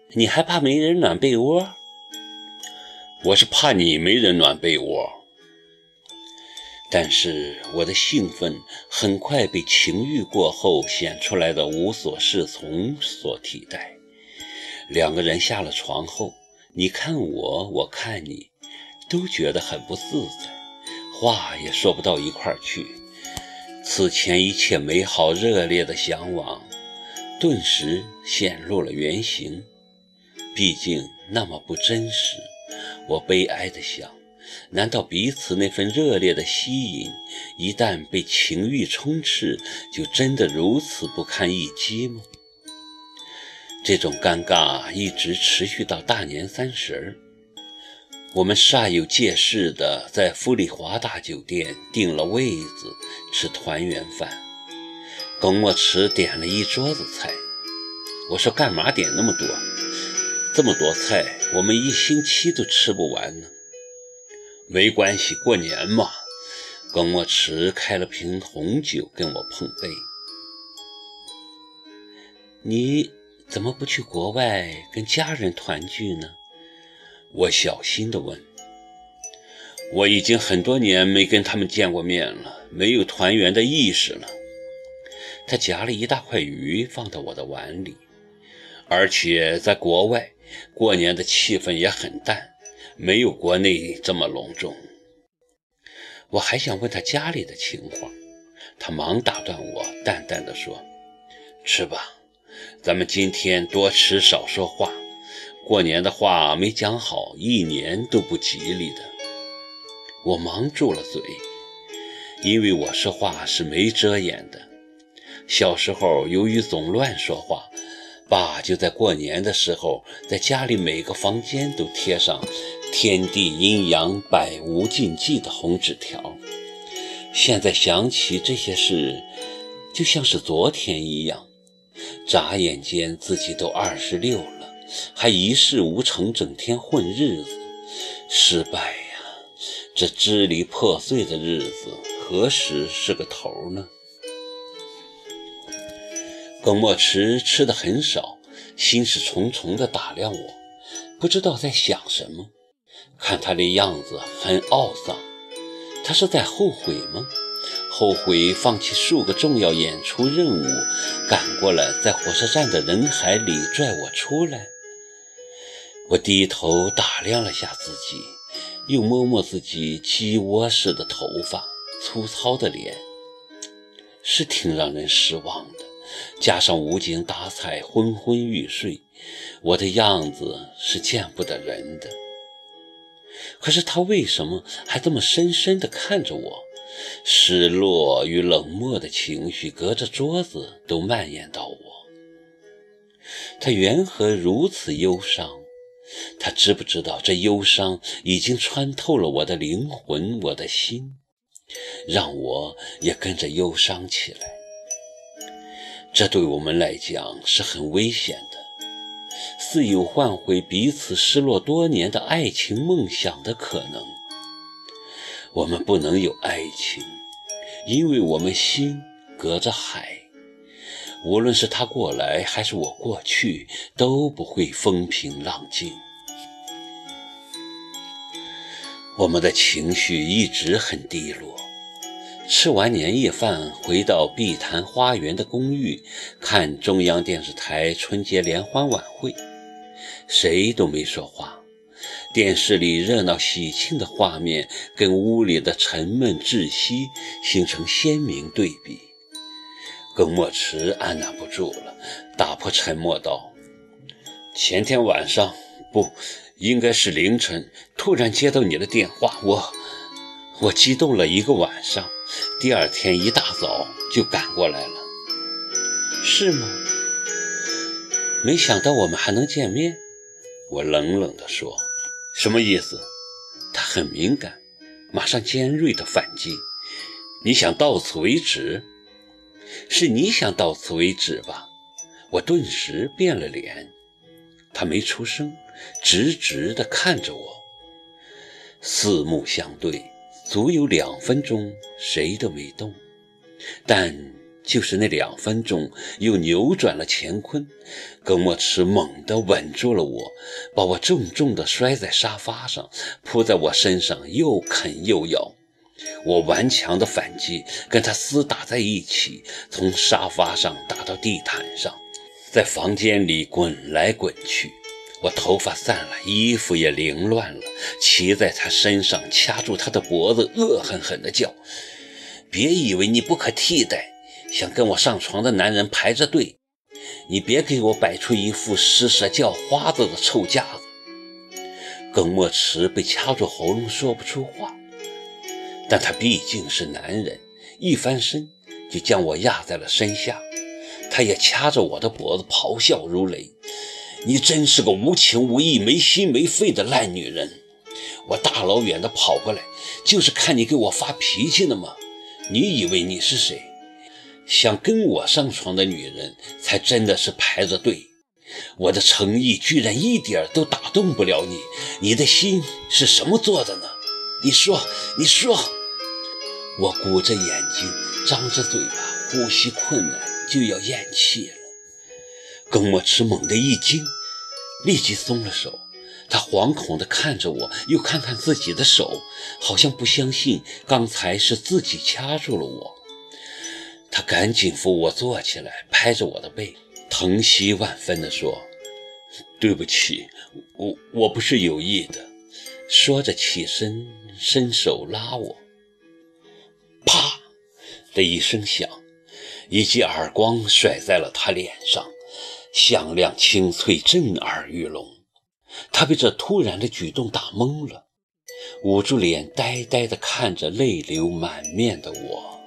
你还怕没人暖被窝？ 我是怕你没人暖被窝。 但是我的兴奋很快被情欲过后显出来的无所适从所替代。两个人下了床后，你看我，我看你，都觉得很不自在，话也说不到一块儿去。此前一切美好热烈的向往顿时显露了原形，毕竟那么不真实。我悲哀地想，难道彼此那份热烈的吸引，一旦被情欲充斥，就真的如此不堪一击吗？这种尴尬一直持续到大年30，我们煞有介事地在富丽华大酒店订了位子吃团圆饭。耿墨池点了一桌子菜，我说干嘛点那么多？这么多菜，我们1星期都吃不完呢。 没关系，过年嘛。 耿墨池开了瓶红酒跟我碰杯。你怎么不去国外跟家人团聚呢？ 我小心地问。我已经很多年没跟他们见过面了，没有团圆的意识了。 他夹了一大块鱼放到我的碗里。 而且在国外过年的气氛也很淡，没有国内这么隆重。 我还想问他家里的情况，他忙打断我，淡淡地说， 吃吧，咱们今天多吃少说话，过年的话没讲好，1年都不吉利的。 我忙住了嘴，因为我说话是没遮掩的。小时候由于总乱说话，爸就在过年的时候在家里每个房间都贴上天地阴阳百无禁忌的红纸条。现在想起这些事，就像是昨天一样，眨眼间自己都26了，还一事无成，整天混日子，失败呀！这支离破碎的日子何时是个头呢？耿墨池吃得很少，心事重重地打量我，不知道在想什么。看他的样子很懊丧，他是在后悔吗？后悔放弃数个重要演出任务，赶过来在火车站的人海里拽我出来。我低头打量了下自己，又摸摸自己鸡窝似的头发，粗糙的脸，是挺让人失望的。加上无精打采，昏昏欲睡，我的样子是见不得人的。可是他为什么还这么深深地看着我？失落与冷漠的情绪隔着桌子都蔓延到我。他缘何如此忧伤？他知不知道这忧伤已经穿透了我的灵魂，我的心，让我也跟着忧伤起来。这对我们来讲是很危险的，似有唤回彼此失落多年的爱情梦想的可能。我们不能有爱情，因为我们心隔着海，无论是他过来还是我过去，都不会风平浪静。我们的情绪一直很低落。吃完年夜饭，回到碧潭花园的公寓，看中央电视台春节联欢晚会，谁都没说话。电视里热闹喜庆的画面跟屋里的沉闷窒息形成鲜明对比。耿墨池按捺不住了，打破沉默道，前天晚上，不，应该是凌晨，突然接到你的电话，我激动了1个晚上，第2天一大早就赶过来了。是吗？没想到我们还能见面。我冷冷地说。什么意思？他很敏感，马上尖锐地反击。你想到此为止？是你想到此为止吧？我顿时变了脸。他没出声，直直地看着我。四目相对，足有2分钟，谁都没动。但就是那2分钟又扭转了乾坤。耿墨池猛地稳住了我，把我重重地摔在沙发上，扑在我身上又啃又咬。我顽强的反击，跟他厮打在一起，从沙发上打到地毯上，在房间里滚来滚去。我头发散了，衣服也凌乱了，骑在他身上，掐住他的脖子，恶狠狠地叫：别以为你不可替代，想跟我上床的男人排着队，你别给我摆出一副施舍叫花子的臭架子。耿墨池被掐住喉咙说不出话，但他毕竟是男人，一翻身就将我压在了身下。他也掐着我的脖子，咆哮如雷：你真是个无情无义、没心没肺的烂女人！我大老远的跑过来，就是看你给我发脾气呢吗？你以为你是谁？想跟我上床的女人才真的是排着队。我的诚意居然一点都打动不了你，你的心是什么做的呢？你说，你说！我鼓着眼睛，张着嘴巴，呼吸困难，就要咽气了。耿墨池猛地一惊，立即松了手。他惶恐地看着我，又看看自己的手，好像不相信刚才是自己掐住了我。他赶紧扶我坐起来，拍着我的背，疼惜万分地说：对不起，我不是有意的。说着起身，伸手拉我。啪的一声响，一记耳光甩在了他脸上，响亮清脆，震耳欲聋。他被这突然的举动打懵了，捂住脸呆呆地看着泪流满面的我。